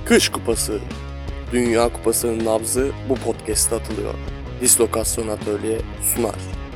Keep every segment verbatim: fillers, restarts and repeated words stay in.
Kış Kupası, Dünya Kupası'nın nabzı bu podcast'ta atılıyor. Dislokasyon Atölye sunar.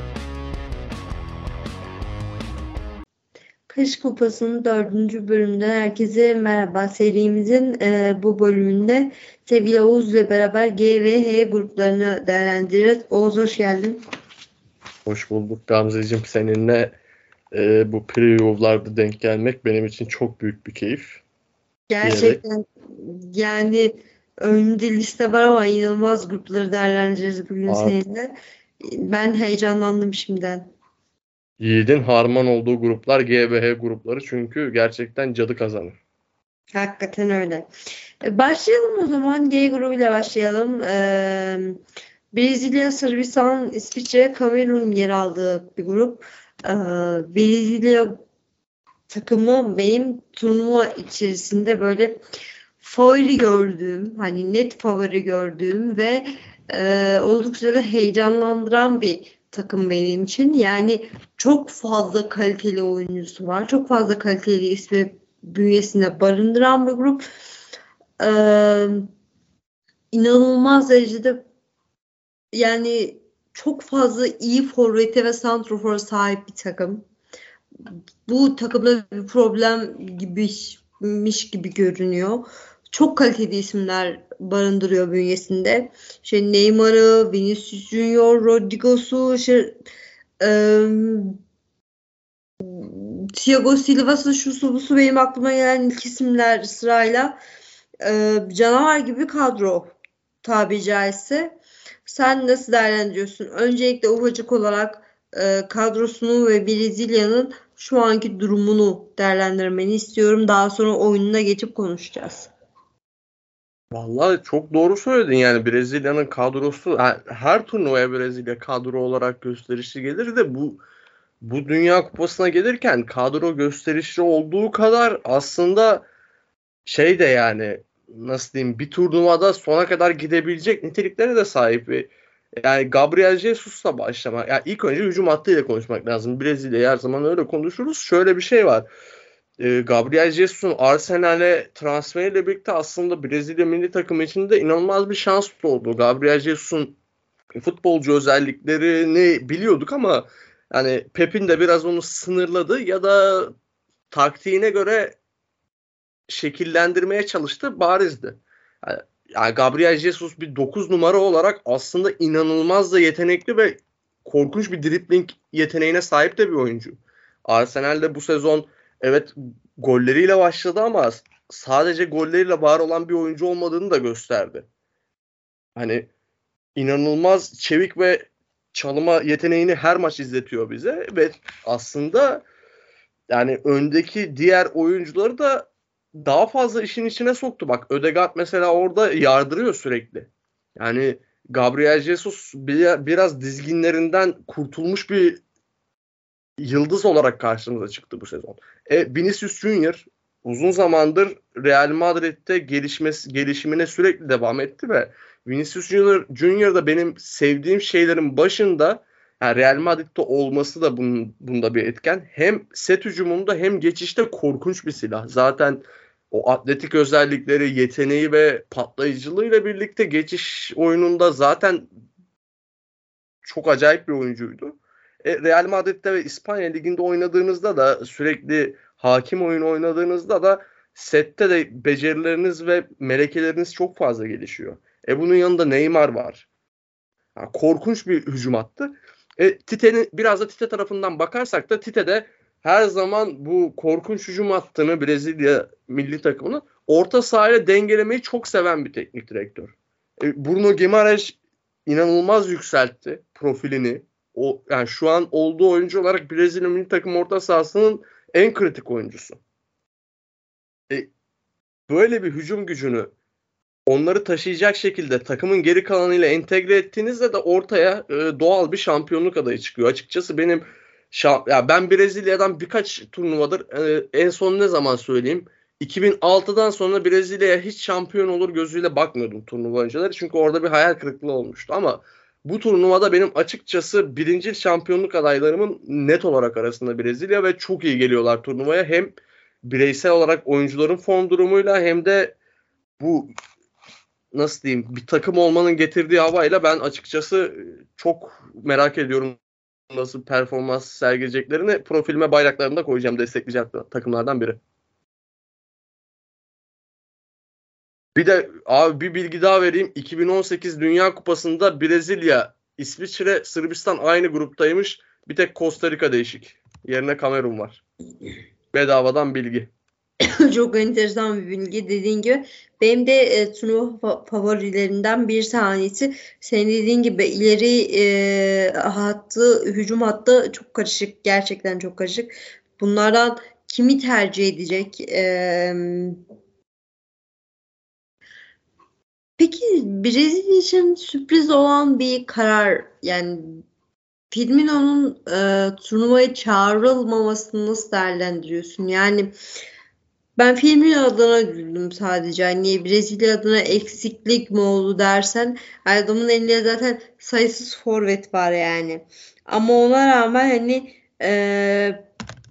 Kış Kupası'nın dördüncü bölümünden herkese merhaba. Serimizin e, bu bölümünde sevgili Oğuz ile beraber G ve H gruplarını değerlendireceğiz. Oğuz hoş geldin. Hoş bulduk Gamzeciğim. Seninle e, bu preview'larda denk gelmek benim için çok büyük bir keyif. Gerçekten diyerek. Yani önümde liste var ama inanılmaz grupları değerlendireceğiz bugün Aa, seninle. Ben heyecanlandım şimdiden. Yiğit'in harman olduğu gruplar G ve H grupları çünkü gerçekten cadı kazanır. Hakikaten öyle. E, Başlayalım o zaman. G grubuyla başlayalım. Ee, Brezilya, Sırbistan, İsviçre, Kamerun yer aldığı bir grup. Ee, Brezilya takımı benim turnuva içerisinde böyle favori gördüğüm, hani net favori gördüğüm ve e, oldukça da heyecanlandıran bir takım benim için. Yani çok fazla kaliteli oyuncusu var. Çok fazla kaliteli ismi bünyesinde barındıran bir grup. Ee, inanılmaz derecede yani çok fazla iyi forvete ve santrofora sahip bir takım. Bu takımda bir problem gibiymiş gibi görünüyor. Çok kaliteli isimler barındırıyor bünyesinde. Şey Neymar'ı, Vinicius Junior, Rodrigo'su, şey, ım, Thiago Silva'sı, şusu busu benim aklıma gelen ilk isimler sırayla. Ee, canavar gibi bir kadro tabiri caizse. Sen nasıl değerlendiriyorsun? Öncelikle ufacık olarak e, kadrosunu ve Brezilya'nın şu anki durumunu değerlendirmeni istiyorum. Daha sonra oyununa geçip konuşacağız. Vallahi çok doğru söyledin, yani Brezilya'nın kadrosu her, her turnuvaya Brezilya kadro olarak gösterişli gelir de bu bu Dünya Kupası'na gelirken kadro gösterişli olduğu kadar aslında şey de, yani nasıl diyeyim, bir turnuvada sona kadar gidebilecek niteliklere de sahip. Yani Gabriel Jesus'la başlamak. Yani ilk önce hücum hattıyla konuşmak lazım. Brezilya'yı her zaman öyle konuşuruz. Şöyle bir şey var. Ee, Gabriel Jesus'un Arsenal'e transferiyle birlikte aslında Brezilya milli takımı için de inanılmaz bir şans oldu. Gabriel Jesus'un futbolcu özelliklerini biliyorduk ama yani Pep'in de biraz onu sınırladı ya da taktiğine göre şekillendirmeye çalıştı barizdi. Yani, yani Gabriel Jesus bir dokuz numara olarak aslında inanılmaz da yetenekli ve korkunç bir dribling yeteneğine sahip de bir oyuncu. Arsenal'de bu sezon evet golleriyle başladı ama sadece golleriyle var olan bir oyuncu olmadığını da gösterdi. Hani inanılmaz çevik ve çalıma yeteneğini her maç izletiyor bize ve aslında yani öndeki diğer oyuncuları da daha fazla işin içine soktu. Bak Ødegaard mesela orada yardırıyor sürekli. Yani Gabriel Jesus biraz dizginlerinden kurtulmuş bir yıldız olarak karşımıza çıktı bu sezon. E, Vinicius Junior uzun zamandır Real Madrid'de gelişmesi, gelişimine sürekli devam etti ve Vinicius Junior, Junior da benim sevdiğim şeylerin başında, yani Real Madrid'de olması da bunun, bunda bir etken. Hem set hücumunda hem geçişte korkunç bir silah. Zaten o atletik özellikleri, yeteneği ve patlayıcılığıyla birlikte geçiş oyununda zaten çok acayip bir oyuncuydu. E, Real Madrid'de ve İspanya Ligi'nde oynadığınızda da sürekli hakim oyun oynadığınızda da sette de becerileriniz ve melekeleriniz çok fazla gelişiyor. E bunun yanında Neymar var. Yani korkunç bir hücum attı. E, Tite'nin biraz da Tite tarafından bakarsak da Tite de her zaman bu korkunç hücum attığını Brezilya milli takımını orta sahayla dengelemeyi çok seven bir teknik direktör. E, Bruno Guimaraes inanılmaz yükseltti profilini. O yani şu an olduğu oyuncu olarak Brezilya milli takım orta sahasının en kritik oyuncusu. E, böyle bir hücum gücünü onları taşıyacak şekilde takımın geri kalanıyla entegre ettiğinizde de ortaya e, doğal bir şampiyonluk adayı çıkıyor. Açıkçası benim şamp- ya ben Brezilya'dan birkaç turnuvadır e, en son ne zaman söyleyeyim? iki bin altıdan sonra Brezilya'ya hiç şampiyon olur gözüyle bakmıyordum turnuva önceleri. Çünkü orada bir hayal kırıklığı olmuştu ama bu turnuvada benim açıkçası birinci şampiyonluk adaylarımın net olarak arasında Brezilya ve çok iyi geliyorlar turnuvaya. Hem bireysel olarak oyuncuların form durumuyla hem de bu nasıl diyeyim bir takım olmanın getirdiği havayla ben açıkçası çok merak ediyorum nasıl performans sergileyeceklerini. Profilime bayraklarını da koyacağım, destekleyeceğim takımlardan biri. Bir de abi bir bilgi daha vereyim. iki bin on sekiz Dünya Kupası'nda Brezilya, İsviçre, Sırbistan aynı gruptaymış. Bir tek Costa Rica değişik. Yerine Kamerun var. Bedavadan bilgi. Çok enteresan bir bilgi. Dediğin gibi benim de e, turnuva favorilerimden bir tanesi. Senin dediğin gibi ileri e, hattı, hücum hattı çok karışık. Gerçekten çok karışık. Bunlardan kimi tercih edecek? E, peki Brezilya için sürpriz olan bir karar, yani Firmino'nun e, turnuvaya çağrılmamasını nasıl değerlendiriyorsun? Yani ben Firmino adına güldüm sadece. Hani Brezilya adına eksiklik mi oldu dersen, adamın elinde zaten sayısız forvet var yani. Ama ona rağmen hani e,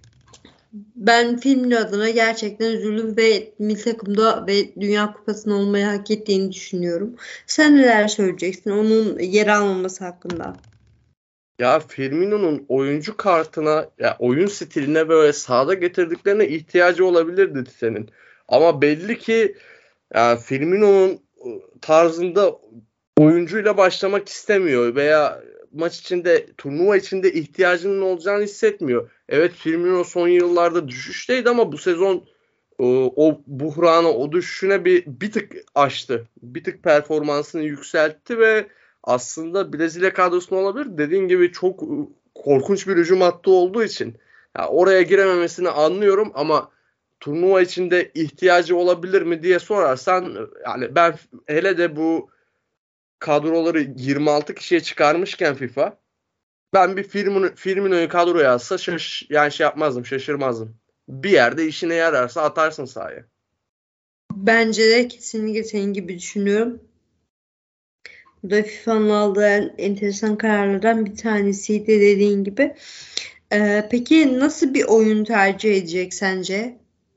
ben Firmino adına gerçekten üzüldüm ve milli takımda ve Dünya Kupası'nda olmayı hak ettiğini düşünüyorum. Sen neler söyleyeceksin onun yer almaması hakkında? Ya Firmino'nun oyuncu kartına, ya oyun stiline böyle sahada getirdiklerine ihtiyacı olabilirdi senin. Ama belli ki ya Firmino'nun tarzında oyuncuyla başlamak istemiyor veya maç içinde, turnuva içinde ihtiyacının olacağını hissetmiyor. Evet, Firmino son yıllarda düşüşteydi ama bu sezon o, o buhrana, o düşüşüne bir bir tık aştı. Bir tık performansını yükseltti ve aslında Brezilya kadrosunda olabilir. Dediğin gibi çok korkunç bir hücum hattı olduğu için ya oraya girememesini anlıyorum ama turnuva içinde ihtiyacı olabilir mi diye sorarsan, yani ben hele de bu kadroları yirmi altı kişiye çıkarmışken FIFA, ben bir Firmino, Firmino'yu kadroya alsa şaş, yani şey yapmazdım, şaşırmazdım. Bir yerde işine yararsa atarsın sahaya. Bence de kesinlikle senin gibi düşünüyorum. Bu da FIFA'nın aldığı en enteresan kararlardan bir tanesiydi dediğin gibi. Ee, peki nasıl bir oyun tercih edecek sence?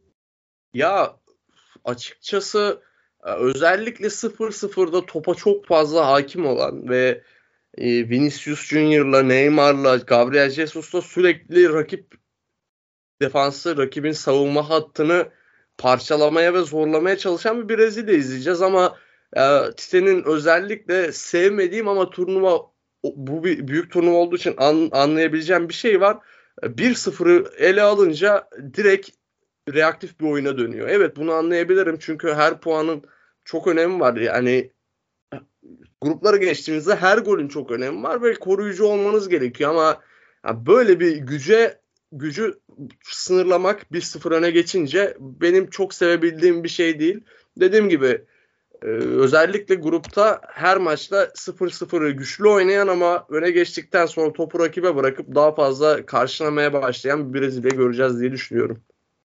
Ya açıkçası özellikle sıfır sıfırda topa çok fazla hakim olan ve e, Vinicius Junior'la, Neymar'la, Gabriel Jesus'la sürekli rakip defansı, rakibin savunma hattını parçalamaya ve zorlamaya çalışan bir Brezilya izleyeceğiz ama e, Tite'nin özellikle sevmediğim ama turnuva, bu bir büyük turnuva olduğu için an, anlayabileceğim bir şey var. bir sıfırı ele alınca direkt reaktif bir oyuna dönüyor. Evet, bunu anlayabilirim çünkü her puanın çok önemi var. Yani grupları geçtiğinizde her golün çok önemi var ve koruyucu olmanız gerekiyor ama ya böyle bir güce gücü sınırlamak bir sıfır öne geçince benim çok sevebildiğim bir şey değil. Dediğim gibi e, özellikle grupta her maçta sıfır sıfırı güçlü oynayan ama öne geçtikten sonra topu rakibe bırakıp daha fazla karşılamaya başlayan bir Brezilya göreceğiz diye düşünüyorum.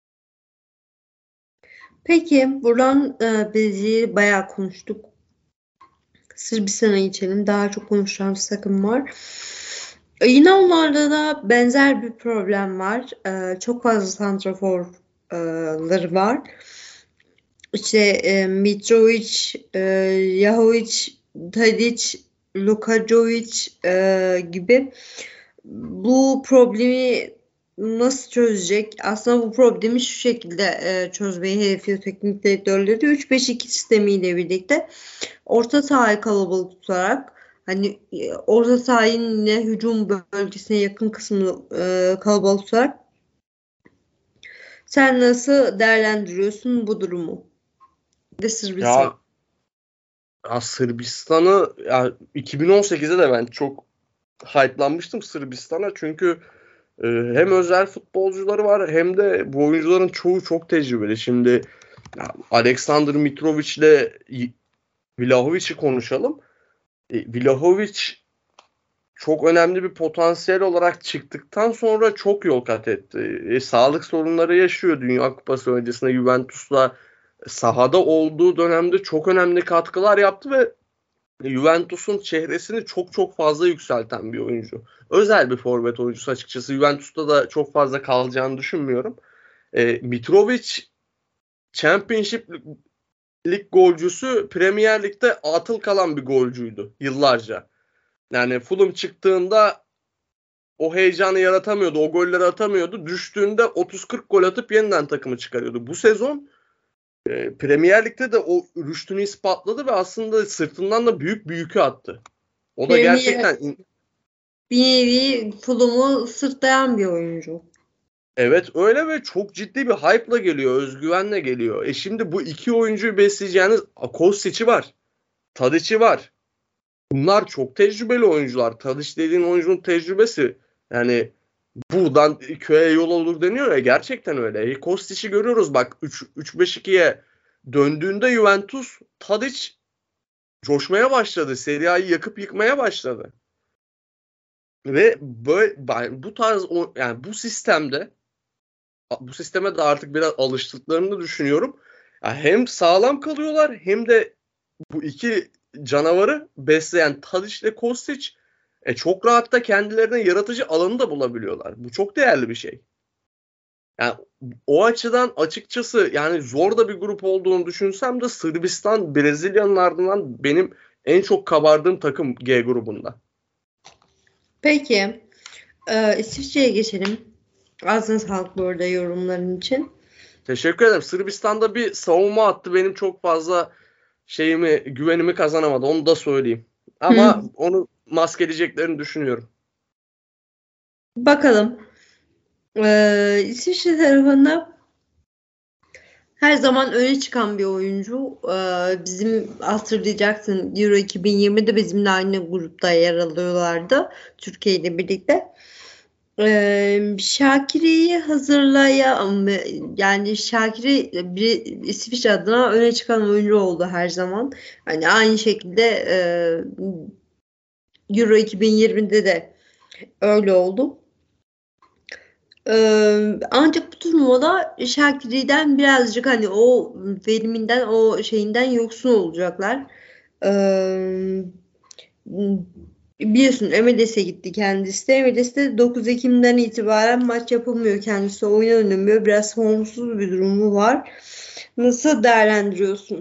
Peki buradan e, Brezilya'yı bayağı konuştuk. Sırbistan'a geçelim. Daha çok konuşacağımız takım var. E, yine onlarda da benzer bir problem var. E, çok fazla santraforları var. İşte e, Mitrovic, e, Yahovic, Tadic, Luka Jovic e, gibi. Bu problemi nasıl çözecek? Aslında bu problemi şu şekilde e, çözmeyi hedefliyor teknik direktörleri. üç beş iki sistemiyle birlikte orta sahayı kalabalık tutarak, hani e, orta sahanın yine hücum bölgesine yakın kısmını e, kalabalık tutarak. Sen nasıl değerlendiriyorsun bu durumu? De Sırbistan. Ya, ya Sırbistan'ı ya iki bin on sekizde de ben çok hype'lanmıştım Sırbistan'a çünkü e, hem özel futbolcuları var hem de bu oyuncuların çoğu çok tecrübeli. Şimdi ya, Aleksandar Mitrovic ile Vlahovic'i konuşalım. E, Vlahovic çok önemli bir potansiyel olarak çıktıktan sonra çok yol kat etti. E, sağlık sorunları yaşıyor. Dünya Kupası öncesinde Juventus'la sahada olduğu dönemde çok önemli katkılar yaptı ve Juventus'un çehresini çok çok fazla yükselten bir oyuncu. Özel bir forvet oyuncusu açıkçası. Juventus'ta da çok fazla kalacağını düşünmüyorum. E, Mitrovic Championship lig golcüsü Premier Lig'de atıl kalan bir golcüydü yıllarca. Yani Fulham çıktığında o heyecanı yaratamıyordu, o golleri atamıyordu. Düştüğünde otuz kırk gol atıp yeniden takımı çıkarıyordu. Bu sezon e, Premier Lig'de de o rüştünü ispatladı ve aslında sırtından da büyük bir yükü attı. O da Premier gerçekten bir nevi Fulham'ı sırtlayan bir oyuncu. evet öyle ve çok ciddi bir hype'la geliyor, özgüvenle geliyor. E şimdi bu iki oyuncuyu besleyeceğiniz Kostic'i var, Tadic'i var. Bunlar çok tecrübeli oyuncular. Tadic dediğin oyuncunun tecrübesi yani buradan köye yol olur deniyor ya, gerçekten öyle. E, Kostic'i görüyoruz bak üç beş ikiye döndüğünde Juventus Tadic coşmaya başladı. Serie A'yı yakıp yıkmaya başladı. Ve böyle bu tarz yani bu sistemde bu sisteme de artık biraz alıştıklarını düşünüyorum. Yani hem sağlam kalıyorlar hem de bu iki canavarı besleyen Tadic ile Kostic e, çok rahat da kendilerine yaratıcı alanı da bulabiliyorlar. Bu çok değerli bir şey. Yani o açıdan açıkçası yani zor da bir grup olduğunu düşünsem de Sırbistan Brezilya'nın ardından benim en çok kabardığım takım G grubunda. Peki. E, İsviçre'ye geçelim. Ağzına sağlık bu arada yorumların için. Teşekkür ederim. Sırbistan'da bir savunma attı. Benim çok fazla şeyimi, güvenimi kazanamadı. Onu da söyleyeyim. Ama Hı. onu maskeleyeceklerini düşünüyorum. Bakalım. E, İsviçre tarafında her zaman öne çıkan bir oyuncu. E, bizim hatırlayacaksın Euro iki bin yirmide bizimle aynı grupta yer alıyorlardı. Türkiye ile birlikte. Ee, Şakir'i hazırlayan yani Şakir'i bir İsviçre adına öne çıkan oyuncu oldu her zaman. Hani aynı şekilde e, Euro iki bin yirmide de öyle oldu. Ee, ancak bu turnuvada Şakir'den birazcık hani o veriminden o şeyinden yoksun olacaklar. Ee, Biliyorsun M L S'e gitti kendisi de. M L S'te dokuz Ekim'den itibaren maç yapılmıyor. Kendisi oyun oynamıyor. Biraz formsuz bir durumu var. Nasıl değerlendiriyorsun?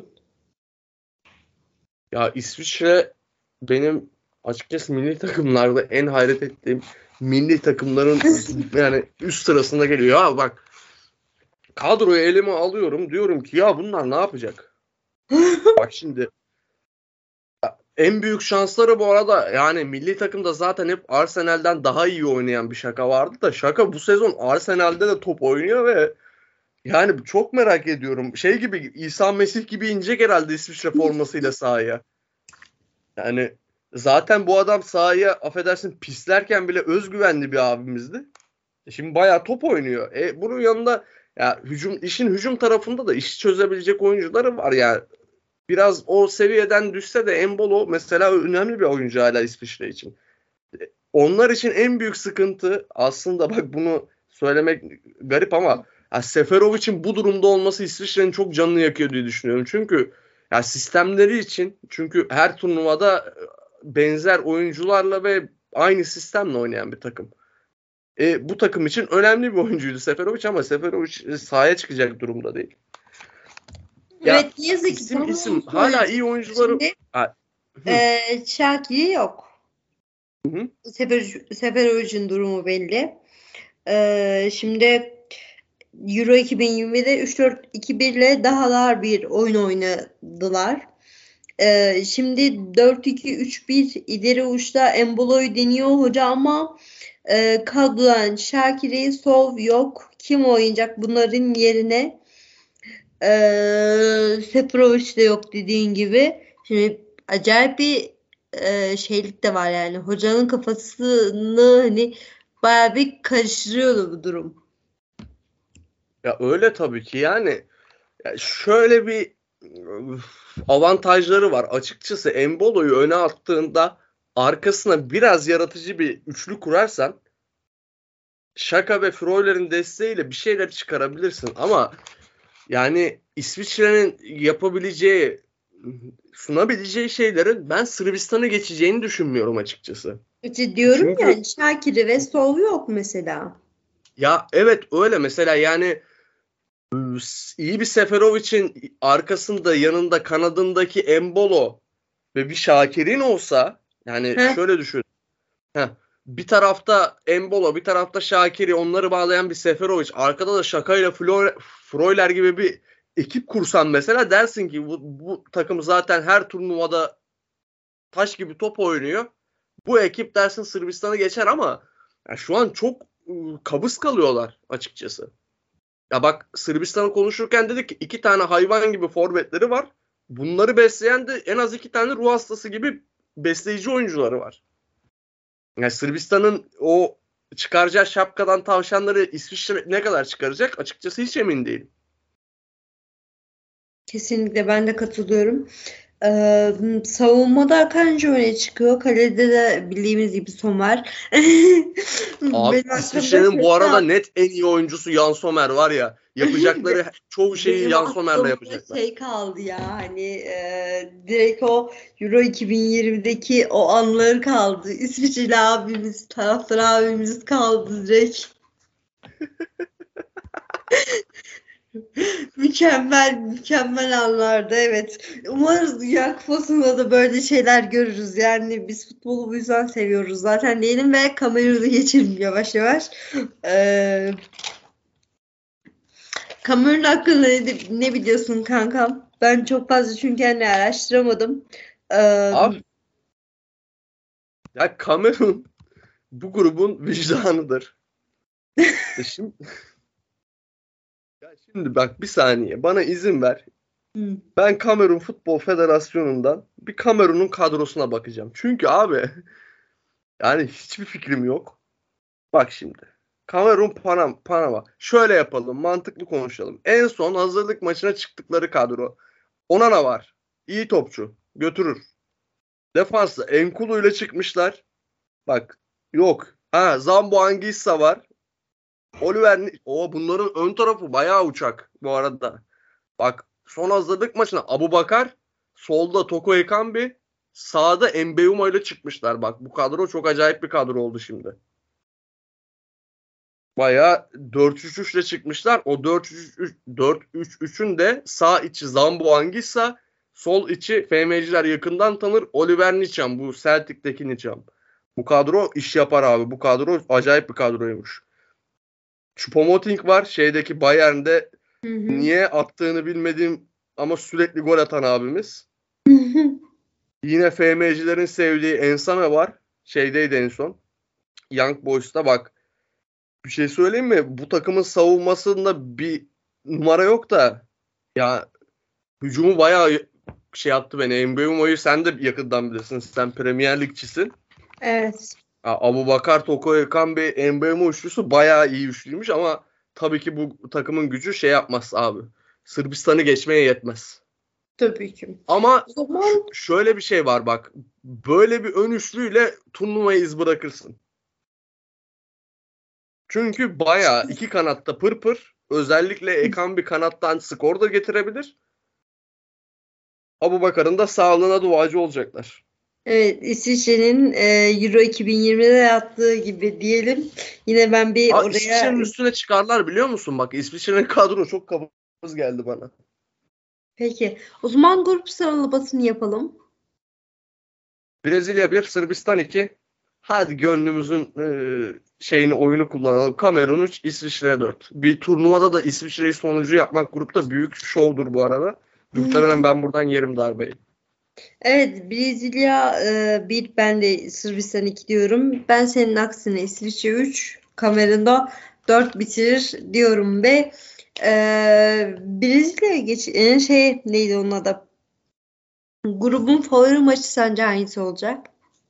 Ya İsviçre benim açıkçası milli takımlarda en hayret ettiğim milli takımların yani üst sırasında geliyor. Ya bak kadroyu elime alıyorum diyorum ki ya bunlar ne yapacak? Bak şimdi en büyük şansları bu arada yani milli takımda zaten hep Arsenal'den daha iyi oynayan bir Şaka vardı da Şaka bu sezon Arsenal'de de top oynuyor ve yani çok merak ediyorum. Şey gibi İsa Mesih gibi inecek herhalde İsviçre formasıyla sahaya. Yani zaten bu adam sahaya affedersin pislerken bile özgüvenli bir abimizdi. E Şimdi bayağı top oynuyor. E bunun yanında ya hücum işin hücum tarafında da işi çözebilecek oyuncuları var ya. Biraz o seviyeden düşse de Embolo mesela önemli bir oyuncu hala İsviçre için. E, Onlar için en büyük sıkıntı aslında bak bunu söylemek garip ama ya Seferovic'in bu durumda olması İsviçre'nin çok canını yakıyor diye düşünüyorum. Çünkü ya sistemleri için çünkü her turnuvada benzer oyuncularla ve aynı sistemle oynayan bir takım. E, bu takım için önemli bir oyuncuydu Seferovic ama Seferovic sahaya çıkacak durumda değil. Ya Evet, ne yazık ki isim tam isim onu hala iyi söyleyecektim. oyuncuları. Şimdi Ha, hı, e, Şakir yok. hı. Sefer, Seferovic'in durumu belli. E, şimdi Euro iki bin yirmide üç dört iki bir ile daha dar bir oyun oynadılar. Ee, şimdi dört iki üç bir ileri uçta Embolo'yu deniyor hoca ama e, kadrodan Şakir'i, Sov yok. Kim oynayacak bunların yerine? Ee, Seferovic de yok dediğin gibi. Şimdi acayip bir e, şeylik de var yani. Hocanın kafasını hani bayağı bir karıştırıyordu bu durum. Ya öyle tabii ki yani ya şöyle bir üf, avantajları var. Açıkçası Embolo'yu öne attığında arkasına biraz yaratıcı bir üçlü kurarsan Şaka ve Freuler'in desteğiyle bir şeyler çıkarabilirsin ama yani İsviçre'nin yapabileceği sunabileceği şeylerin ben Sırbistan'ı geçeceğini düşünmüyorum açıkçası. İşte diyorum Çünkü yani Şakir'i ve Sov yok mesela. ya evet öyle mesela yani iyi bir Seferovic'in arkasında, yanında, kanadındaki Embolo ve bir Şakir'in olsa, yani Heh. şöyle düşün. Heh, bir tarafta Embolo, bir tarafta Şakir'i, onları bağlayan bir Seferovic, arkada da Şaka ile Freuler gibi bir ekip kursan mesela, dersin ki bu, bu takım zaten her turnuvada taş gibi top oynuyor. Bu ekip dersin Sırbistan'ı geçer ama ya şu an çok ıı, kabız kalıyorlar açıkçası. Ya bak, Sırbistan'ı konuşurken dedik ki iki tane hayvan gibi forvetleri var. Bunları besleyen de en az iki tane ruh hastası gibi besleyici oyuncuları var. Yani Sırbistan'ın o çıkaracağı şapkadan tavşanları İsviçre ne kadar çıkaracak? Açıkçası hiç emin değilim. Kesinlikle ben de katılıyorum. Ee, savunmada Akanji öne çıkıyor. Kalede de bildiğimiz gibi Somer. Abi Benim İsviçre'nin bu arada aklımda net en iyi oyuncusu Jan Sommer var ya. Yapacakları çoğu şeyi benim Jan Sommer'le aklımda yapacaklar. şey kaldı ya hani e, direkt o Euro iki bin yirmideki o anları kaldı. İsviçreli abimiz, taraftar abimiz kaldı direkt. Mükemmel, mükemmel anlarda evet. Umarız Dünya Kupası'nda da böyle şeyler görürüz. Yani biz futbolu bu yüzden seviyoruz zaten diyelim ve Kamerun'u geçelim yavaş yavaş. Ee, Kamerun hakkında ne, ne biliyorsun kankam? Ben çok fazla çünkü hani araştıramadım. Ee, Abi ya Kamerun bu grubun vicdanıdır. E şimdi, ya şimdi bak bir saniye bana izin ver. hı. Ben Kamerun Futbol Federasyonu'ndan bir Kamerun'un kadrosuna bakacağım. Çünkü abi yani hiçbir fikrim yok. Bak şimdi. Kamerun Panam, Panama. Şöyle yapalım, mantıklı konuşalım. En son hazırlık maçına çıktıkları kadro. Onana var. İyi topçu. Götürür. Defansta Enkulu ile çıkmışlar. Bak yok. Ha, Zambo Anguissa var. Oliver, o bunların ön tarafı bayağı uçak bu arada. Bak son hazırlık maçına Abubakar, solda Toko Ekambi, sağda Mbeumo ile çıkmışlar. Bak bu kadro çok acayip bir kadro oldu şimdi. Bayağı dört üç üç ile çıkmışlar. O dört üç üçün de sağ içi Zambo Anguissa, sol içi F M'ciler yakından tanır Oliver Niçam, bu Celtic'teki Niçam. Bu kadro iş yapar abi. Bu kadro acayip bir kadroymuş. Choupo-Moting var şeydeki Bayern'de, Hı hı. niye attığını bilmediğim ama sürekli gol atan abimiz. Yine F M'cilerin sevdiği Ensame var. Şeydeydi en son. Young Boys'ta bak. Bir şey söyleyeyim mi? Bu takımın savunmasında bir numara yok da ya hücumu bayağı şey yaptı beni. Mbeumo'yu sen de yakından bilirsin. Sen Premier Lig'çisin. Evet. Abubakar, Toko Ekambi, Mbeumo üçlüsü bayağı iyi üçlüymüş ama tabii ki bu takımın gücü şey yapmaz abi. Sırbistan'ı geçmeye yetmez. Tabii ki. Ama O zaman ş- şöyle bir şey var bak. Böyle bir ön üçlüyle turnuvayı iz bırakırsın. Çünkü bayağı iki kanatta pır pır. Özellikle Ekambi kanattan skor da getirebilir. Abubakar'ın da sağlığına duacı olacaklar. evet, İsviçre'nin e, Euro iki bin yirmide yaptığı gibi diyelim. Yine ben bir Aa, oraya İsviçre'nin üstüne çıkarlar biliyor musun? Bak İsviçre'nin kadro çok kabız geldi bana. peki. O zaman grup sıralamasını yapalım. Brezilya bir, Sırbistan iki. Hadi gönlümüzün e, şeyini oyunu kullanalım. Kamerun üç, İsviçre dört. Bir turnuvada da İsviçre'yi sonuncu yapmak grupta büyük şovdur bu arada. Muhtemelen ben buradan yerim darbeyi. Evet, Brezilya e, bir, ben de Sırbistan iki diyorum. Ben senin aksine İsviçre üç, Kamerun'da dört bitirir diyorum ve e, Brezilya'ya geç e, şey neydi onun adı? Grubun favori maçı sence hangisi olacak?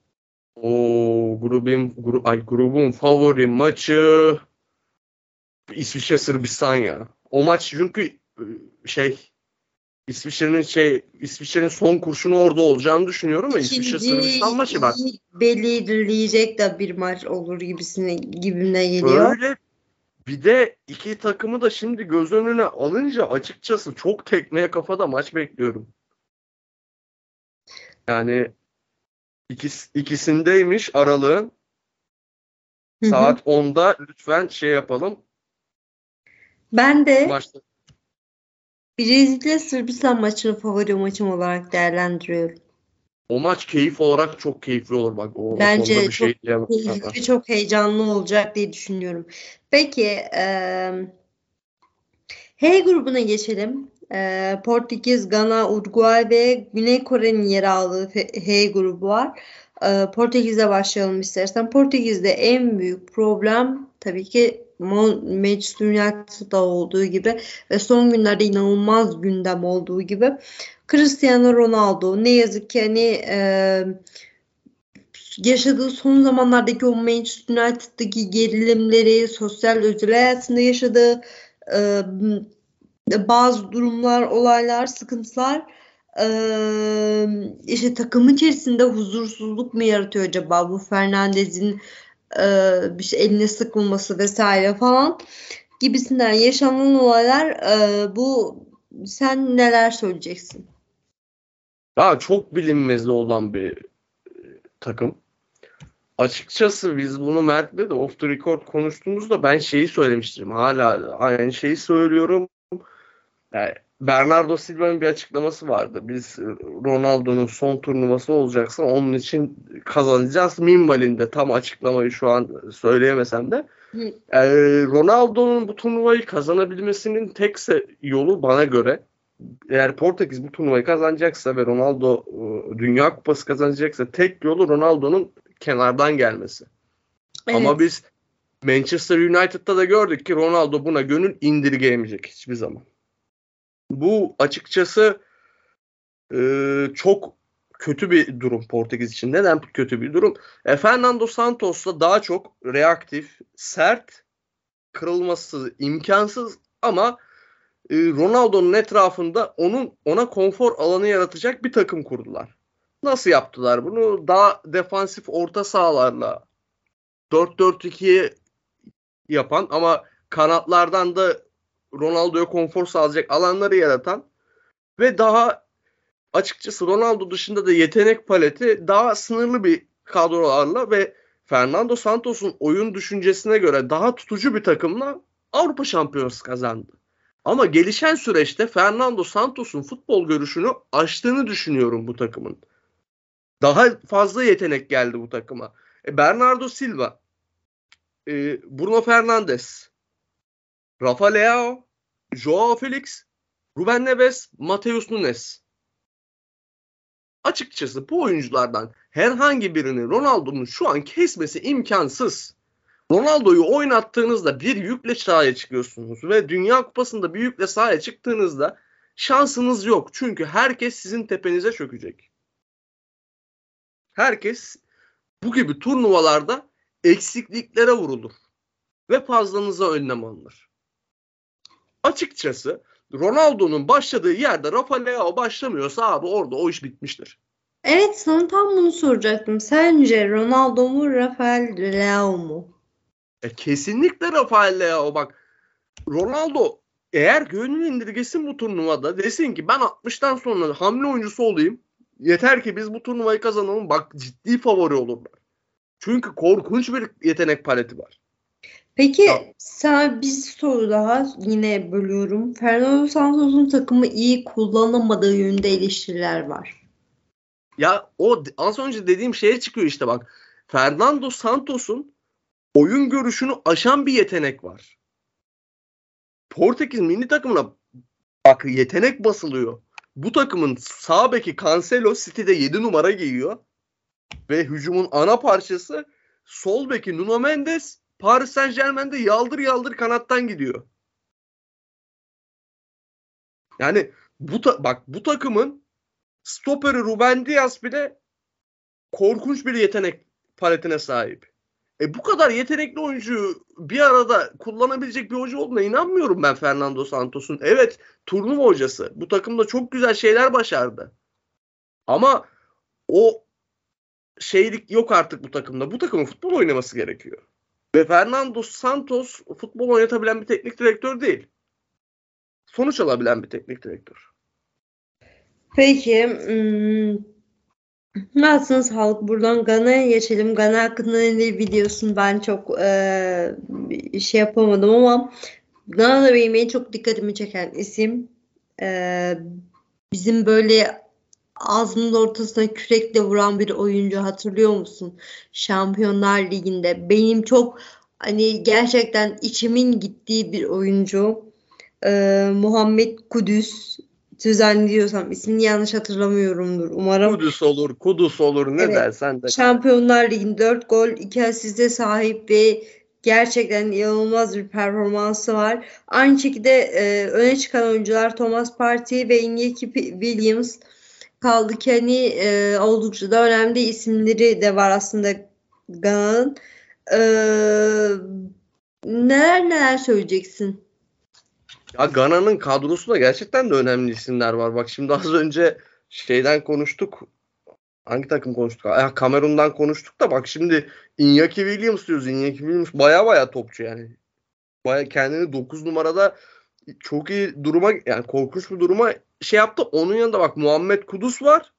O grubun gru, ay grubun favori maçı İsviçre Sırbistan ya. O maç çünkü e, şey İsviçre'nin şey İsviçre'nin son kurşunu orada olacağını düşünüyorum ama İsviçre Sırbistan maçı bak. İkinciyi belirleyecek de bir maç olur gibisine gibime geliyor. Öyle. Bir de iki takımı da şimdi göz önüne alınca açıkçası çok tekmeye kafada maç bekliyorum. Yani ikis, ikisindeymiş aralığın. Hı hı. Saat onda lütfen şey yapalım. Ben de Maçta. Brezilya Sırbistan maçını favori maçım olarak değerlendiriyorum. O maç keyif olarak çok keyifli olur bak. O, o konuda Bence bir çok şey diyemem keyifli sana. ve çok heyecanlı olacak diye düşünüyorum. Peki, eee H grubuna geçelim. Eee, Portekiz, Gana, Uruguay ve Güney Kore'nin yer aldığı F- H grubu var. Eee, Portekiz'e başlayalım istersen. Portekiz'de en büyük problem tabii ki Mon- Manchester United'da olduğu gibi ve son günlerde inanılmaz gündem olduğu gibi Cristiano Ronaldo ne yazık ki hani eee, yaşadığı son zamanlardaki o Manchester United'daki gerilimleri, sosyal özel hayatında yaşadığı eee, bazı durumlar, olaylar, sıkıntılar eee, işte takım içerisinde huzursuzluk mu yaratıyor acaba bu Fernandez'in eee, bir şey eline sıkılması vesaire falan gibisinden yaşanan olaylar eee, bu sen neler söyleyeceksin? Ya çok bilinmezli olan bir takım. Açıkçası biz bunu Mert'le de off the record konuştuğumuzda ben şeyi söylemiştim. Hala aynı şeyi söylüyorum. Yani Bernardo Silva'nın bir açıklaması vardı. Biz Ronaldo'nun son turnuvası olacaksa onun için kazanacağız. Minvalinde tam açıklamayı şu an söyleyemesem de. Hı. Yani Ronaldo'nun bu turnuvayı kazanabilmesinin tek se- yolu bana göre eğer Portekiz bu turnuvayı kazanacaksa ve Ronaldo e, Dünya Kupası kazanacaksa tek yolu Ronaldo'nun kenardan gelmesi. Ama Evet. biz Manchester United'da da gördük ki Ronaldo buna gönül indirgeyemeyecek hiçbir zaman. Bu açıkçası e, çok kötü bir durum Portekiz için. Neden kötü bir durum? E, Fernando Santos'la daha çok reaktif, sert, kırılması imkansız ama e, Ronaldo'nun etrafında onun ona konfor alanı yaratacak bir takım kurdular. Nasıl yaptılar bunu? Daha defansif orta sahalarla dört dört ikiye yapan ama kanatlardan da Ronaldo'ya konfor sağlayacak alanları yaratan ve daha açıkçası Ronaldo dışında da yetenek paleti daha sınırlı bir kadrolarla ve Fernando Santos'un oyun düşüncesine göre daha tutucu bir takımla Avrupa Şampiyonası kazandı. Ama gelişen süreçte Fernando Santos'un futbol görüşünü aştığını düşünüyorum bu takımın. Daha fazla yetenek geldi bu takıma. E, Bernardo Silva, e, Bruno Fernandes, Rafa Leao, Joao Felix, Ruben Neves, Mateus Nunes. Açıkçası bu oyunculardan herhangi birini Ronaldo'nun şu an kesmesi imkansız. Ronaldo'yu oynattığınızda bir yükle sahaya çıkıyorsunuz ve Dünya Kupası'nda bir yükle sahaya çıktığınızda şansınız yok. Çünkü herkes sizin tepenize çökecek. Herkes bu gibi turnuvalarda eksikliklere vurulur ve fazlanıza önlem alınır. Açıkçası Ronaldo'nun başladığı yerde Rafa Leao başlamıyorsa abi orada o iş bitmiştir. Evet, sana tam bunu soracaktım. Sence Ronaldo mu, Rafael Leao mu? E, kesinlikle Rafael Leao bak Ronaldo eğer gönül indirgesin bu turnuvada desin ki ben altmıştan sonra hamle oyuncusu olayım. Yeter ki biz bu turnuvayı kazanalım. Bak ciddi favori olurlar. Çünkü korkunç bir yetenek paleti var. Ya, Peki sana bir soru daha yine bölüyorum. Fernando Santos'un takımı iyi kullanamadığı yönünde eleştiriler var. ya o az önce dediğim şeye çıkıyor işte bak. Fernando Santos'un oyun görüşünü aşan bir yetenek var. Portekiz milli takımına bak yetenek basılıyor. Bu takımın sağ beki Cancelo City'de yedi numara giyiyor. Ve hücumun ana parçası sol beki Nuno Mendes Paris Saint-Germain'de yaldır yaldır kanattan gidiyor. Yani bu ta- bak bu takımın stoperi Ruben Dias bile korkunç bir yetenek paletine sahip. E bu kadar yetenekli oyuncuyu bir arada kullanabilecek bir hoca olduğuna inanmıyorum ben Fernando Santos'un. Evet turnuva hocası. Bu takımda çok güzel şeyler başardı. Ama o şeylik yok artık bu takımda. Bu takımın futbol oynaması gerekiyor. Ve Fernando Santos futbol oynatabilen bir teknik direktör değil. Sonuç alabilen bir teknik direktör. Peki, hmm, nasılsın sağlık? Buradan Gana'ya geçelim. Gana hakkında ne biliyorsun? Ben çok eee, şey yapamadım ama Gana da benim en çok dikkatimi çeken isim. Ee, bizim böyle ağzının ortasına kürekle vuran bir oyuncu hatırlıyor musun? Şampiyonlar Ligi'nde. Benim çok hani gerçekten içimin gittiği bir oyuncu. Ee, Muhammed Kudüs. Düzenliyorsam ismini yanlış hatırlamıyorumdur umarım. Kudüs olur, Kudüs olur ne Evet. dersen de. Şampiyonlar Ligi'nde dört gol, iki asiste sahip ve gerçekten inanılmaz bir performansı var. Aynı şekilde e, öne çıkan oyuncular Thomas Partey ve Iñaki Williams kaldı ki hani e, oldukça da önemli isimleri de var aslında Gana'nın. E, neler neler söyleyeceksin? Ya Gana'nın kadrosunda gerçekten de önemli isimler var. Bak şimdi az önce şeyden konuştuk. Hangi takım konuştuk? Ya Kamerun'dan konuştuk da bak şimdi Iñaki Williams diyoruz. Iñaki Williams baya baya topçu yani. Baya kendini dokuz numarada çok iyi duruma, yani korkunç bir duruma şey yaptı. Onun yanında bak Muhammed Kudüs var.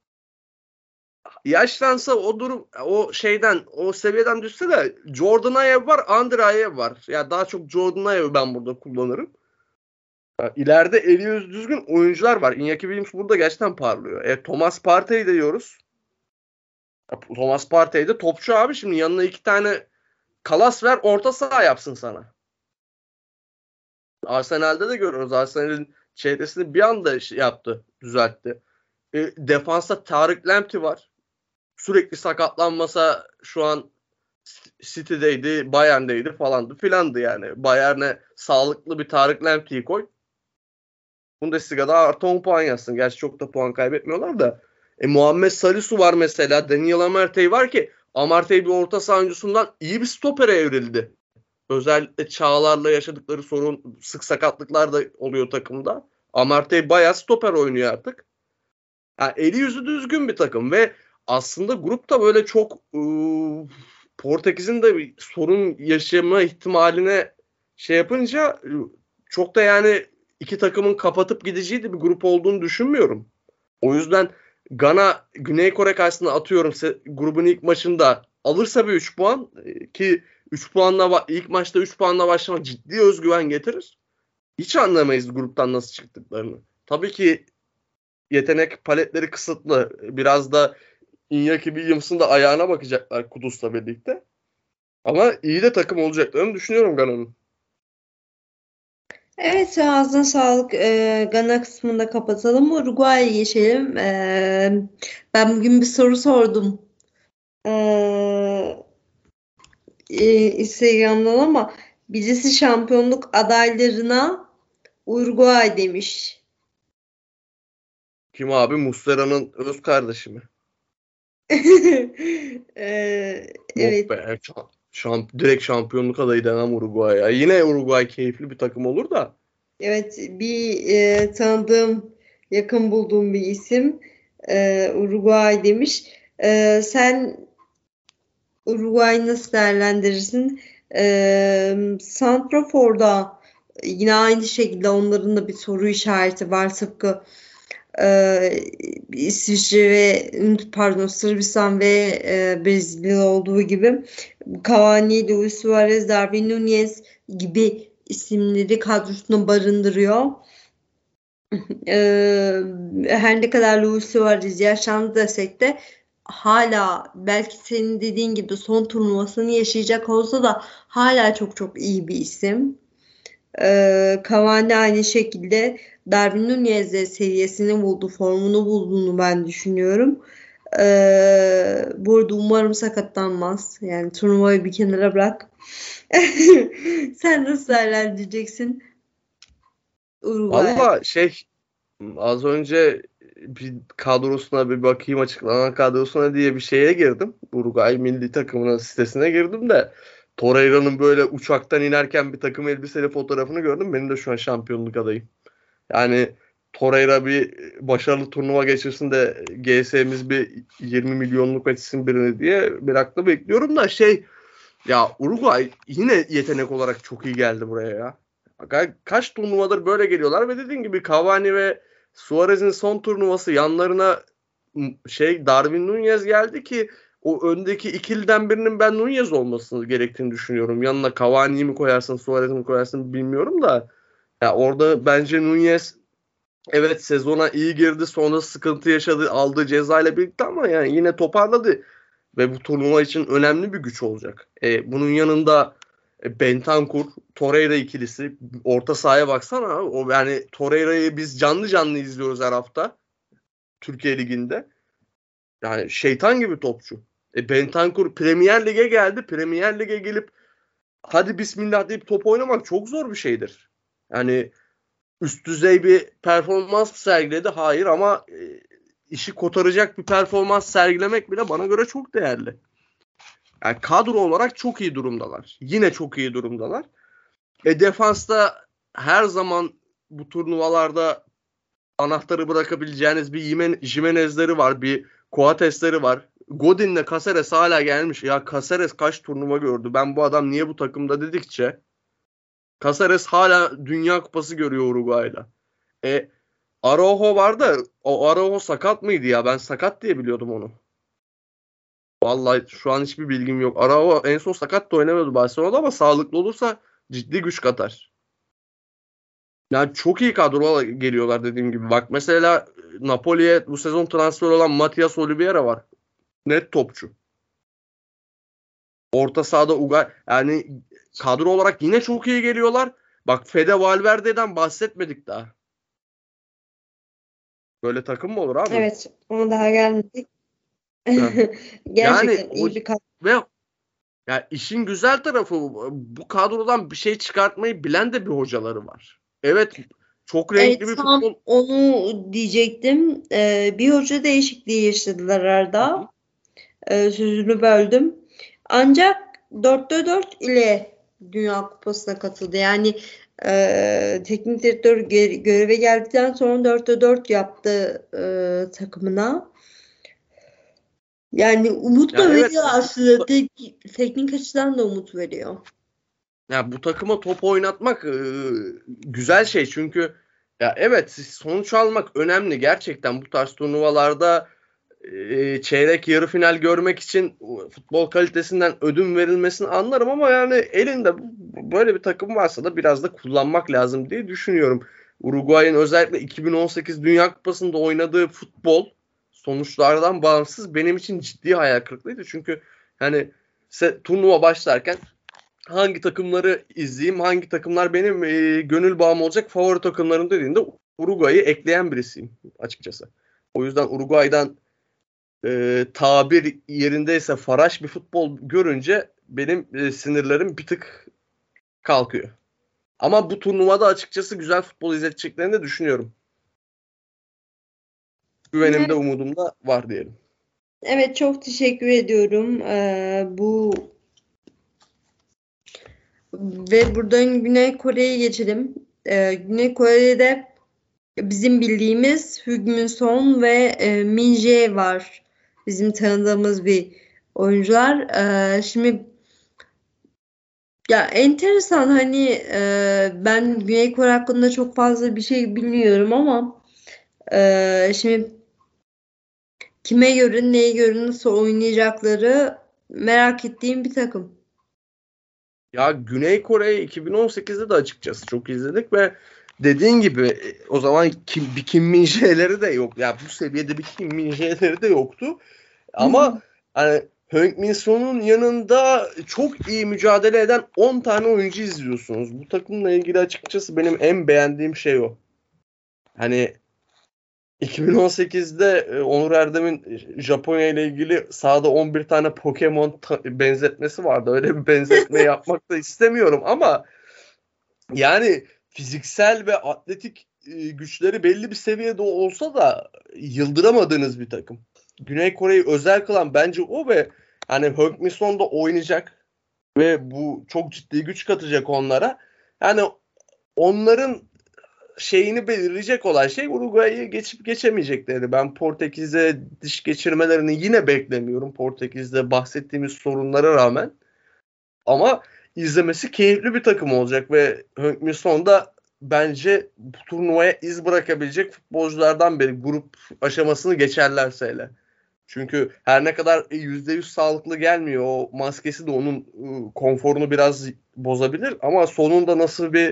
Yaşlansa o durum o şeyden o seviyeden düşse de Jordan Ayew var, Andre Ayew var. Ya yani daha çok Jordan Ayew'i ben burada kullanırım. Ya ileride eli yüzü düzgün oyuncular var. Iñaki Williams burada gerçekten parlıyor. E, Thomas Partey de diyoruz. Ya, Thomas Partey de topçu abi, şimdi yanına iki tane kalas ver, orta saha yapsın sana. Arsenal'de de görüyoruz. Arsenal'in çevresini bir anda şey yaptı, düzeltti. E, defansta Tarık Lamptey var. Sürekli sakatlanmasa şu an City'deydi, Bayern'deydi falandı filandı yani. Bayern'e sağlıklı bir Tarık Lamptey'i koy. Bundesliga'da artı on puan yazsın. Gerçi çok da puan kaybetmiyorlar da. E, Muhammed Salisu var mesela. Daniel Amartey var ki Amartey bir orta saha oyuncusundan iyi bir stopere evrildi. Özellikle Çağlar'la yaşadıkları sorun, sık sakatlıklar da oluyor takımda. Amartey bayağı stoper oynuyor artık. Yani eli yüzü düzgün bir takım ve aslında grupta böyle çok ıı, Portekiz'in de bir sorun yaşama ihtimaline şey yapınca çok da yani iki takımın kapatıp gideceği de bir grup olduğunu düşünmüyorum. O yüzden Gana Güney Kore karşısında atıyorum grubun ilk maçında alırsa bir üç puan ki üç puanla ilk maçta üç puanla başlamak ciddi özgüven getirir. Hiç anlamayız gruptan nasıl çıktıklarını. Tabii ki yetenek paletleri kısıtlı. Biraz da Iñaki Williams'ın da ayağına bakacaklar Kudüs'le birlikte. Ama iyi de takım olacaklarını düşünüyorum Gana'nın. Evet, ağzına sağlık. Ee, Gana kısmında kapatalım. Uruguay'a geçelim. Ee, ben bugün bir soru sordum. Ee, e, Instagram'dan ama birisi şampiyonluk adaylarına Uruguay demiş. Kim abi? Muslera'nın öz kardeşi mi? Ee, Yok evet. be. Şamp direkt şampiyonluk adayı demem Uruguay'a. Yine Uruguay keyifli bir takım olur da. Evet, bir e, tanıdığım, yakın bulduğum bir isim e, Uruguay demiş. E, sen Uruguay'ı nasıl değerlendirirsin? E, Santrafor'da yine aynı şekilde onların da bir soru işareti var, tıpkı e, İsviçre ve pardon Sırbistan ve e, Brezilya olduğu gibi. Cavani, Luis Suarez, Darwin Núñez gibi isimleri kadrosuna barındırıyor. Ee, her ne kadar Luis Suarez yaşlandı desek de hala belki senin dediğin gibi son turnuvasını yaşayacak olsa da hala çok çok iyi bir isim. Ee, Cavani aynı şekilde Darwin Núñez de seviyesini buldu, formunu bulduğunu ben düşünüyorum. Ee, bu arada umarım sakatlanmaz. Yani turnuvayı bir kenara bırak. Sen nasıl değerlendireceksin Uruguay? Valla şey, az önce bir kadrosuna bir bakayım, açıklanan kadrosuna diye bir şeye girdim. Uruguay milli takımının sitesine girdim de Torreira'nın böyle uçaktan inerken bir takım elbiseli fotoğrafını gördüm. Benim de şu an şampiyonluk adayım. Yani Torreira bir başarılı turnuva geçirsin de G S'miz bir yirmi milyonluk etsin birini diye merakla bekliyorum da şey, ya Uruguay yine yetenek olarak çok iyi geldi buraya ya. Ka- Kaç turnuvadır böyle geliyorlar ve dediğin gibi Cavani ve Suarez'in son turnuvası, yanlarına m- şey Darwin Núñez geldi ki o öndeki ikiliden birinin ben Núñez olmasını gerektiğini düşünüyorum. Yanına Cavani'yi mi koyarsın, Suarez'i mi koyarsın bilmiyorum da ya orada bence Núñez Evet, sezona iyi girdi, sonra sıkıntı yaşadı aldığı cezayla birlikte ama yani yine toparladı. Ve bu turnuva için önemli bir güç olacak. E, bunun yanında e, Bentancur, Torreira ikilisi, orta sahaya baksana. O yani Torreira'yı biz canlı canlı izliyoruz her hafta Türkiye Ligi'nde. Yani şeytan gibi topçu. E, Bentancur Premier Lig'e geldi. Premier Lig'e gelip hadi bismillah deyip top oynamak çok zor bir şeydir. Yani üst düzey bir performans sergiledi. Hayır ama e, işi kotaracak bir performans sergilemek bile bana göre çok değerli. Yani kadro olarak çok iyi durumdalar. Yine çok iyi durumdalar. E defansta her zaman bu turnuvalarda anahtarı bırakabileceğiniz bir Jimenez'leri var, bir Coates'leri var. Godin'le Caceres hala gelmiş. Ya Caceres kaç turnuva gördü? Ben bu adam niye bu takımda dedikçe Caceres hala Dünya Kupası görüyor Uruguay'la. E Araujo var da o Araujo sakat mıydı ya? Ben sakat diye biliyordum onu. Vallahi şu an hiçbir bilgim yok. Araujo en son sakat da oynamadı Barcelona'da ama sağlıklı olursa ciddi güç katar. Yani çok iyi kadrolar geliyorlar dediğim gibi. Bak mesela Napoli'ye bu sezon transfer olan Matias Oliveira var. Net topçu. Orta sahada Ugay yani kadro olarak yine çok iyi geliyorlar. Bak Fede Valverde'den bahsetmedik daha. Böyle takım mı olur abi? Evet, ona daha gelmedik. Yani Gerçekten o iyi bir kadro. ve ya işin güzel tarafı bu kadrodan bir şey çıkartmayı bilen de bir hocaları var. Evet, çok renkli Evet, bir tam futbol. onu diyecektim. Ee, bir hoca değişikliği yaşadılar arada. Ee, sözünü böldüm. Ancak dörtte dört ile Dünya Kupası'na katıldı. Yani e, teknik direktör ge- göreve geldikten sonra dörtte dört yaptı e, takımına. Yani umut Ya da evet, veriyor aslında. Tek- teknik açıdan da umut veriyor. ya bu takıma top oynatmak e, güzel şey çünkü ya evet, sonuç almak önemli gerçekten bu tarz turnuvalarda. E, çeyrek yarı final görmek için futbol kalitesinden ödün verilmesini anlarım ama yani elinde böyle bir takım varsa da biraz da kullanmak lazım diye düşünüyorum. Uruguay'ın özellikle iki bin on sekiz Dünya Kupası'nda oynadığı futbol sonuçlardan bağımsız benim için ciddi hayal kırıklığıydı. Çünkü hani turnuva başlarken hangi takımları izleyeyim, hangi takımlar benim e, gönül bağım olacak favori takımlarım dediğinde Uruguay'ı ekleyen birisiyim açıkçası. O yüzden Uruguay'dan e, tabir yerindeyse faraş bir futbol görünce benim e, sinirlerim bir tık kalkıyor. Ama bu turnuvada açıkçası güzel futbol izleteceklerini de düşünüyorum. Güvenim de Evet, umudum da var diyelim. evet, çok teşekkür ediyorum. Ee, bu ve buradan Güney Kore'ye geçelim. Ee, Güney Kore'de bizim bildiğimiz Hugmin Son ve e, Min Jae var. Bizim tanıdığımız bir oyuncular. Ee, şimdi ya enteresan hani e, ben Güney Kore hakkında çok fazla bir şey bilmiyorum ama e, şimdi kime göre, neye göre, nasıl oynayacakları merak ettiğim bir takım. Ya Güney Kore'yi iki bin on sekizde de açıkçası çok izledik ve dediğin gibi e, o zaman kim, bir Kim Min Jae'leri de yok. Ya bu seviyede bir Kim Min Jae'leri de yoktu. Ama hani Heung Min Son'un yanında çok iyi mücadele eden on tane oyuncu izliyorsunuz. Bu takımla ilgili açıkçası benim en beğendiğim şey o. Hani iki bin on sekizde e, Onur Erdem'in Japonya ile ilgili sahada on bir tane Pokemon ta- benzetmesi vardı. Öyle bir benzetme yapmak da istemiyorum ama yani fiziksel ve atletik e, güçleri belli bir seviyede olsa da yıldıramadığınız bir takım. Güney Kore'yi özel kılan bence o ve hani Heung-min Son da oynayacak ve bu çok ciddi güç katacak onlara. Yani onların şeyini belirleyecek olan şey Uruguay'ı geçip geçemeyecekleri. Ben Portekiz'e diş geçirmelerini yine beklemiyorum. Portekiz'de bahsettiğimiz sorunlara rağmen. Ama izlemesi keyifli bir takım olacak ve Heung-min Son da bence bu turnuvaya iz bırakabilecek futbolculardan biri. Grup aşamasını geçerlerse hele. Çünkü her ne kadar yüzde yüz sağlıklı gelmiyor. O maskesi de onun ıı, konforunu biraz bozabilir. Ama sonunda nasıl bir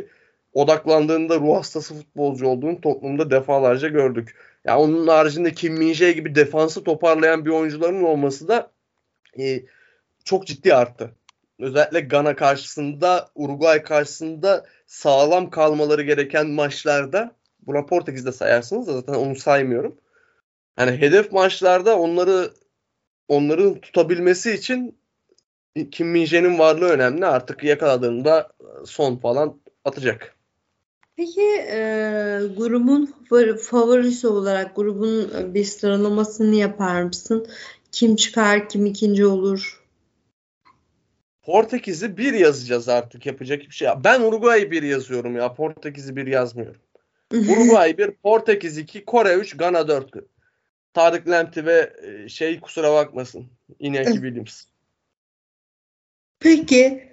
odaklandığında ruh hastası futbolcu olduğunu Tottenham'da defalarca gördük. Yani onun haricinde Kim Min-jae gibi defansı toparlayan bir oyuncuların olması da e, çok ciddi arttı. Özellikle Gana karşısında, Uruguay karşısında sağlam kalmaları gereken maçlarda, buna Portekiz'de sayarsınız da zaten onu saymıyorum. Yani hedef maçlarda onları onların tutabilmesi için Kim Min-jae'nin varlığı önemli. Artık yakaladığında son falan atacak. Peki e, grubun favori- favorisi olarak grubun e, bir sıralamasını yapar mısın? Kim çıkar, kim ikinci olur? Portekiz'i bir yazacağız artık. Yapacak bir şey. Ben Uruguay'ı bir yazıyorum ya. Portekiz'i bir yazmıyorum. Uruguay bir, Portekiz iki, Kore üç, Gana dört. Tarık Lamptey ve e, şey kusura bakmasın. Iñaki Williams. Peki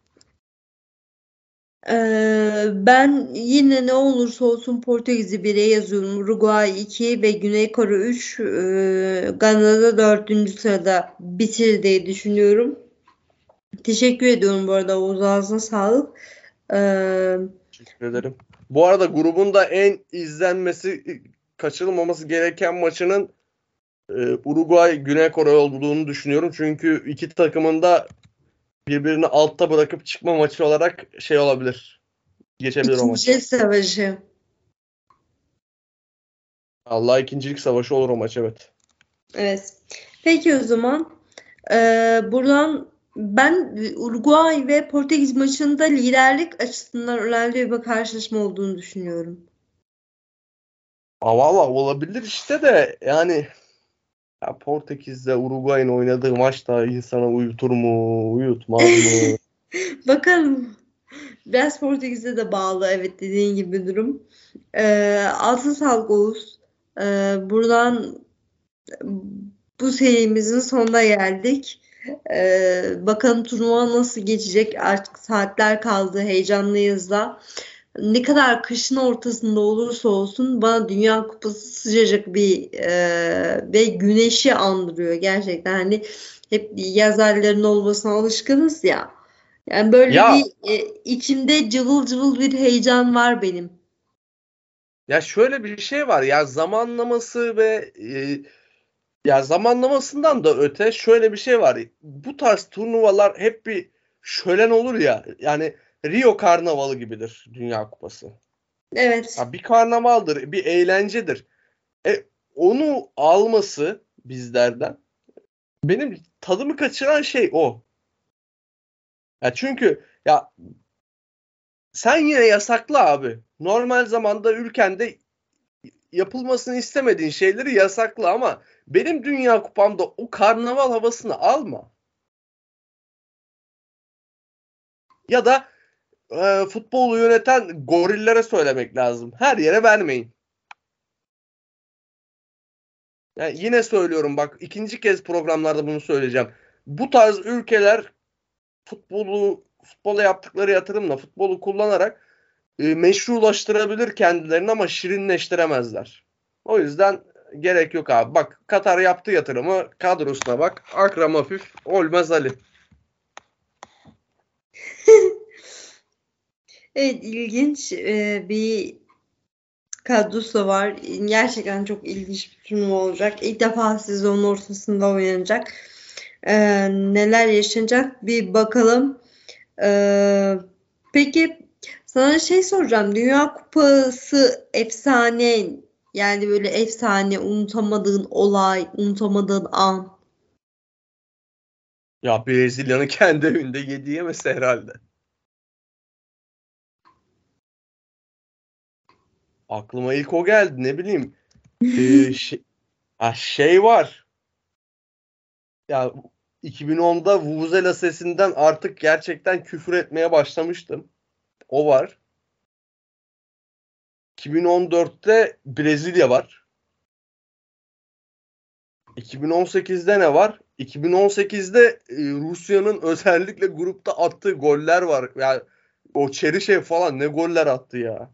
e, ben yine ne olursa olsun Portekiz'i bire yazıyorum. Uruguay iki ve Güney Kore üç. E, Gana'da dördüncü sırada bitirir diye düşünüyorum. Teşekkür ediyorum bu arada. Oğuz, ağzına sağlık. Ee, Teşekkür ederim. Bu arada grubun da en izlenmesi, kaçırılmaması gereken maçının e, Uruguay Güney Kore olduğunu düşünüyorum. Çünkü iki takımın da birbirini altta bırakıp çıkma maçı olarak şey olabilir. Geçebilir o maç. İkinci savaşı. Allah, ikincilik savaşı olur o maç, evet. Evet. Peki o zaman ee, buradan ben Uruguay ve Portekiz maçında liderlik açısından önemli bir karşılaşma olduğunu düşünüyorum. Aa, valla olabilir işte de yani ya Portekiz'le Uruguay'ın oynadığı maçta insana uyutur mu, uyutmaz mı? Bakalım. Biraz Portekiz'e de bağlı, evet, dediğin gibi durum. Ee, altın sağlık Oğuz. Ee, buradan bu serimizin sonuna geldik. Ee, bakalım turnuva nasıl geçecek? Artık saatler kaldı. Heyecanlıyız da. Ne kadar kışın ortasında olursa olsun bana Dünya Kupası sıcacık bir e, ve güneşi andırıyor gerçekten. Hani hep yazarların olmasına alışkınız ya. Yani böyle Ya bir e, içimde cıvıl cıvıl bir heyecan var benim. ya şöyle bir şey var ya, zamanlaması ve e, ya zamanlamasından da öte şöyle bir şey var. Bu tarz turnuvalar hep bir şölen olur ya. Yani Rio Karnavalı gibidir Dünya Kupası. Evet. Ya bir karnavaldır, bir eğlencedir. E, onu alması bizlerden benim tadımı kaçıran şey o. Ya çünkü ya sen yine yasakla abi. Normal zamanda ülkende yapılmasını istemediğin şeyleri yasakla ama benim Dünya Kupamda o karnaval havasını alma. Ya da e, futbolu yöneten gorillere söylemek lazım. Her yere vermeyin. Yani yine söylüyorum, bak ikinci kez programlarda bunu söyleyeceğim. Bu tarz ülkeler futbolu futbola yaptıkları yatırımla futbolu kullanarak e, meşrulaştırabilir kendilerini ama şirinleştiremezler. O yüzden gerek yok abi. Bak Katar yaptı yatırımı, kadrosuna bak. Akram Hafif, Olmaz Ali. Evet, ilginç e, bir kadrosu var. Gerçekten çok ilginç bir turnuva olacak. İlk defa sezonun ortasında oynanacak. E, neler yaşanacak bir bakalım. E, peki sana şey soracağım. Dünya Kupası efsane, yani böyle efsane, unutamadığın olay, unutamadığın an. Ya Brezilya'nın kendi evinde yedi yemesi herhalde. Aklıma ilk o geldi, ne bileyim. Ee, şey, ha, şey var. Ya iki bin onda Vuvuzela sesinden artık gerçekten küfür etmeye başlamıştım. O var. iki bin on dörtte Brezilya var. iki bin on sekizde ne var? iki bin on sekizde e, Rusya'nın özellikle grupta attığı goller var. Yani o Çerişev falan ne goller attı ya.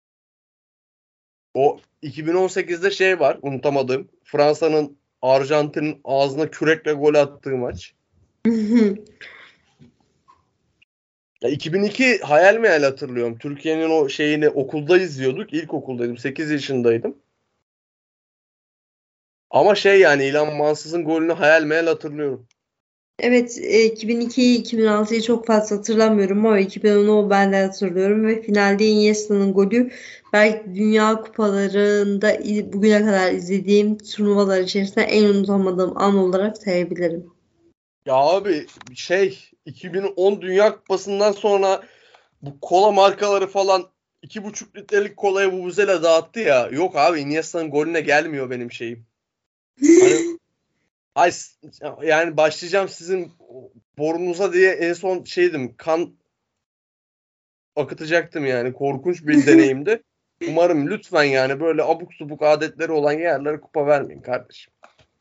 O iki bin on sekizde şey var unutamadığım. Fransa'nın Arjantin'in ağzına kürekle gol attığı maç. Ya iki bin iki hayal meyal hatırlıyorum. Türkiye'nin o şeyini okulda izliyorduk. İlkokuldaydım. sekiz yaşındaydım. Ama şey yani Elon Musk'ın golünü hayal meyal hatırlıyorum. Evet, e, iki bin ikiyi iki bin altıyı çok fazla hatırlamıyorum ama iki bin onu ben de hatırlıyorum ve finalde Iniesta'nın golü belki Dünya Kupalarında i- bugüne kadar izlediğim turnuvalar içerisinde en unutamadığım an olarak sayabilirim. Ya abi şey iki bin on Dünya Kupası'ndan sonra bu kola markaları falan iki buçuk litrelik kolayı vuvuzela dağıttı ya. Yok abi Iniesta'nın golüne gelmiyor benim şeyim. Hani ay yani başlayacağım sizin borunuza diye en son şeydim kan akıtacaktım yani. Korkunç bir deneyimdi. Umarım lütfen yani böyle abuk subuk adetleri olan yerlere kupa vermeyin kardeşim.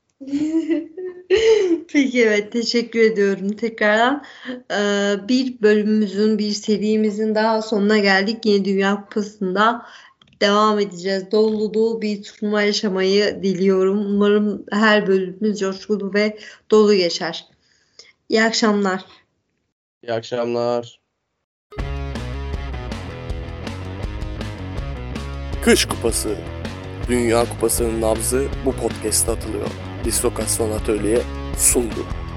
Peki, evet, teşekkür ediyorum tekrardan. Ee, bir bölümümüzün, bir serimizin daha sonuna geldik. Yine Dünya Kupası'nda devam edeceğiz. Dolu dolu bir turnuva yaşamayı diliyorum. Umarım her bölümümüz coşkulu ve dolu geçer. İyi akşamlar. İyi akşamlar. Kış Kupası. Dünya Kupası'nın nabzı bu podcast'ta atılıyor. Dislokasyon Atölye sundu.